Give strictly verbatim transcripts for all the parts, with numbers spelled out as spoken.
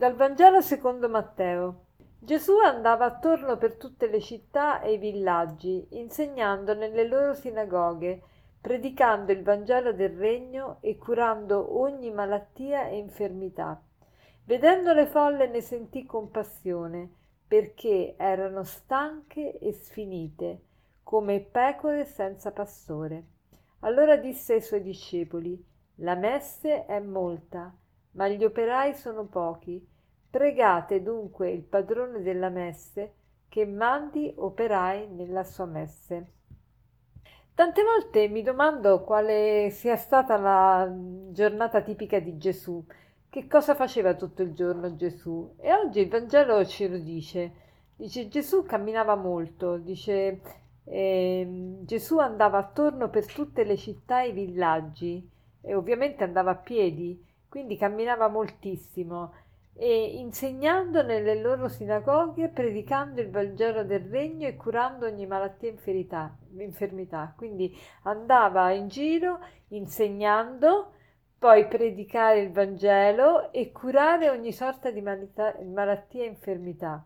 Dal Vangelo secondo Matteo. Gesù andava attorno per tutte le città e i villaggi, insegnando nelle loro sinagoghe, predicando il Vangelo del Regno e curando ogni malattia e infermità. Vedendo le folle ne sentì compassione, perché erano stanche e sfinite, come pecore senza pastore. Allora disse ai suoi discepoli: La messe è molta, ma gli operai sono pochi. Pregate dunque il padrone della messe che mandi operai nella sua messe. Tante volte mi domando quale sia stata la giornata tipica di Gesù, che cosa faceva tutto il giorno Gesù. E oggi il Vangelo ce lo dice. Dice Gesù camminava molto, dice eh, Gesù andava attorno per tutte le città e i villaggi e ovviamente andava a piedi, quindi camminava moltissimo e insegnando nelle loro sinagoghe, predicando il Vangelo del Regno e curando ogni malattia e infermità. Quindi andava in giro insegnando, poi predicare il Vangelo e curare ogni sorta di malattia e infermità.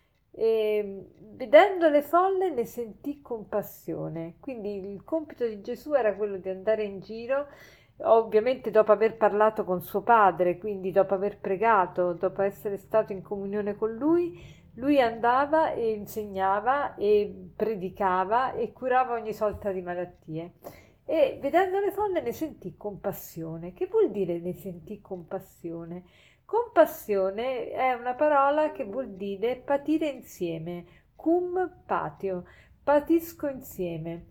E, vedendo le folle ne sentì compassione. Quindi il compito di Gesù era quello di andare in giro, ovviamente dopo aver parlato con suo padre, quindi dopo aver pregato, dopo essere stato in comunione con lui, lui andava e insegnava e predicava e curava ogni sorta di malattie. E vedendo le folle ne sentì compassione. Che vuol dire ne sentì compassione? Compassione è una parola che vuol dire patire insieme, cum patio, patisco insieme.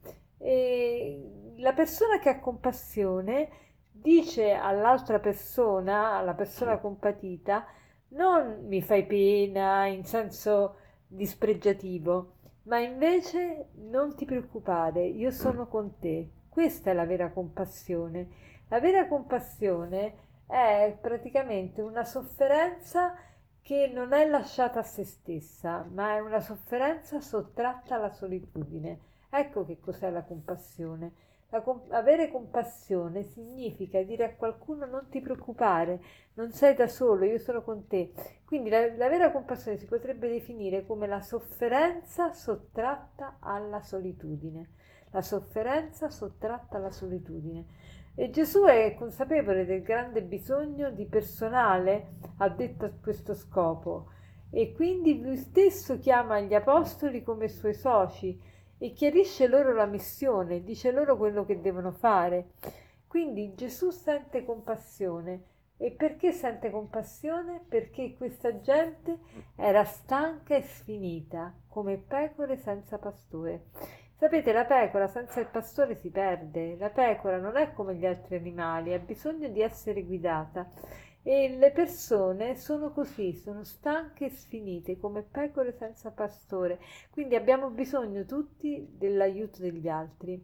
E la persona che ha compassione dice all'altra persona, alla persona compatita, non mi fai pena in senso dispregiativo, ma invece non ti preoccupare, io sono con te. Questa è la vera compassione. La vera compassione è praticamente una sofferenza che non è lasciata a se stessa, ma è una sofferenza sottratta alla solitudine. Ecco che cos'è la compassione. La comp- avere compassione significa dire a qualcuno non ti preoccupare, non sei da solo, io sono con te. Quindi la, la vera compassione si potrebbe definire come la sofferenza sottratta alla solitudine. La sofferenza sottratta alla solitudine. E Gesù è consapevole del grande bisogno di personale addetto a questo scopo e quindi lui stesso chiama gli apostoli come suoi soci e chiarisce loro la missione, dice loro quello che devono fare. Quindi Gesù sente compassione. E perché sente compassione? Perché questa gente era stanca e sfinita, come pecore senza pastore. Sapete, la pecora senza il pastore si perde. La pecora non è come gli altri animali, ha bisogno di essere guidata. E le persone sono così, sono stanche e sfinite, come pecore senza pastore. Quindi abbiamo bisogno tutti dell'aiuto degli altri.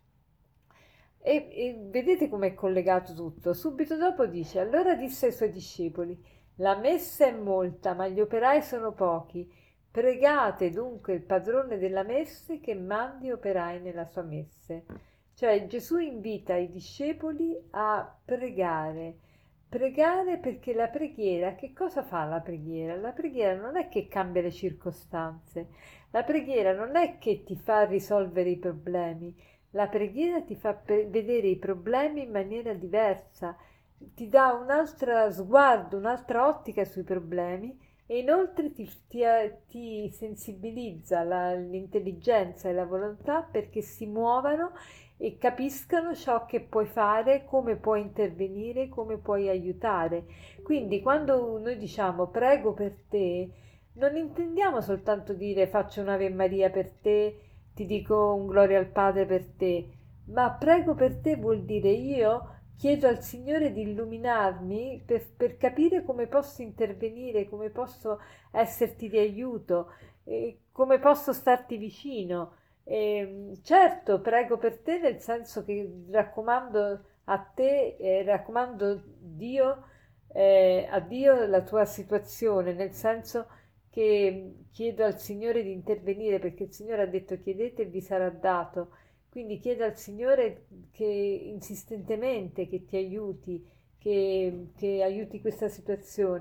E, e vedete com'è collegato tutto. Subito dopo dice: Allora disse ai suoi discepoli: La messa è molta, ma gli operai sono pochi. Pregate dunque il padrone della messe che mandi operai nella sua messe. Cioè Gesù invita i discepoli a pregare. Pregare perché la preghiera, che cosa fa la preghiera? La preghiera non è che cambia le circostanze, la preghiera non è che ti fa risolvere i problemi, la preghiera ti fa vedere i problemi in maniera diversa, ti dà un altro sguardo, un'altra ottica sui problemi e inoltre ti, ti, ti sensibilizza la, l'intelligenza e la volontà perché si muovano e capiscano ciò che puoi fare, come puoi intervenire, come puoi aiutare. Quindi quando noi diciamo prego per te, non intendiamo soltanto dire faccio un'Ave Maria per te, ti dico un Gloria al Padre per te, ma prego per te vuol dire io chiedo al Signore di illuminarmi per, per capire come posso intervenire, come posso esserti di aiuto, eh, come posso starti vicino. E, certo, prego per te nel senso che raccomando a te, eh, raccomando Dio, eh, a Dio la tua situazione, nel senso che chiedo al Signore di intervenire perché il Signore ha detto chiedete e vi sarà dato. Quindi chiedo al Signore che insistentemente che ti aiuti, che, che aiuti questa situazione,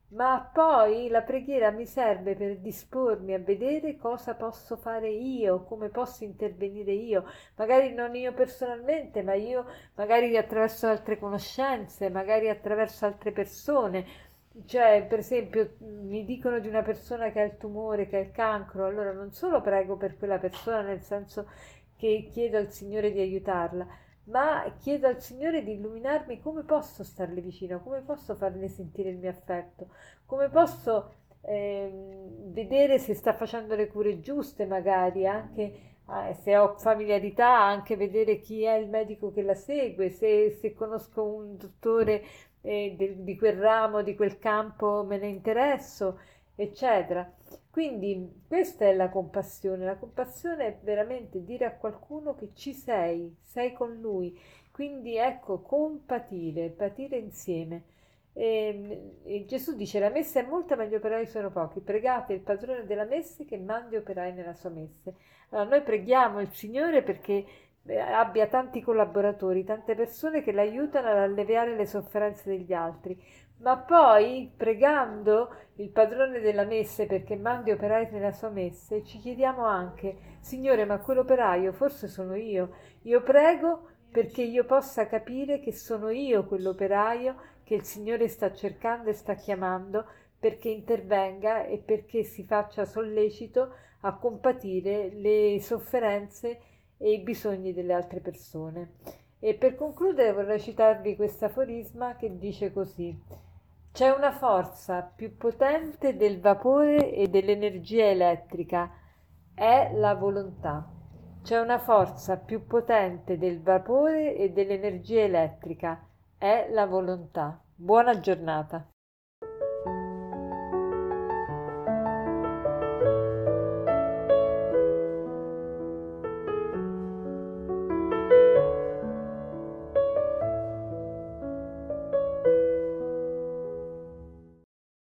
ma poi la preghiera mi serve per dispormi a vedere cosa posso fare io, come posso intervenire io, magari non io personalmente, ma io magari attraverso altre conoscenze, magari attraverso altre persone. Cioè, per esempio, mi dicono di una persona che ha il tumore, che ha il cancro, allora non solo prego per quella persona, nel senso che chiedo al Signore di aiutarla, ma chiedo al Signore di illuminarmi come posso starle vicino, come posso farle sentire il mio affetto, come posso ehm, vedere se sta facendo le cure giuste, magari anche eh, se ho familiarità, anche vedere chi è il medico che la segue, se, se conosco un dottore eh, del- di quel ramo, di quel campo, me ne interesso, eccetera. Quindi questa è la compassione. La compassione è veramente dire a qualcuno che ci sei, sei con lui. Quindi ecco, compatire, patire insieme. E, e Gesù dice: la messa è molta, ma gli operai sono pochi. Pregate il padrone della messe che mandi operai nella sua messe. Allora, noi preghiamo il Signore perché eh, abbia tanti collaboratori, tante persone che l'aiutano ad alleviare le sofferenze degli altri. Ma poi, pregando il padrone della messe perché mandi operai nella sua messe, ci chiediamo anche: Signore, ma quell'operaio forse sono io. Io prego perché io possa capire che sono io quell'operaio che il Signore sta cercando e sta chiamando perché intervenga e perché si faccia sollecito a compatire le sofferenze e i bisogni delle altre persone. E per concludere vorrei citarvi questo aforisma che dice così: c'è una forza più potente del vapore e dell'energia elettrica, è la volontà. C'è una forza più potente del vapore e dell'energia elettrica, è la volontà. Buona giornata.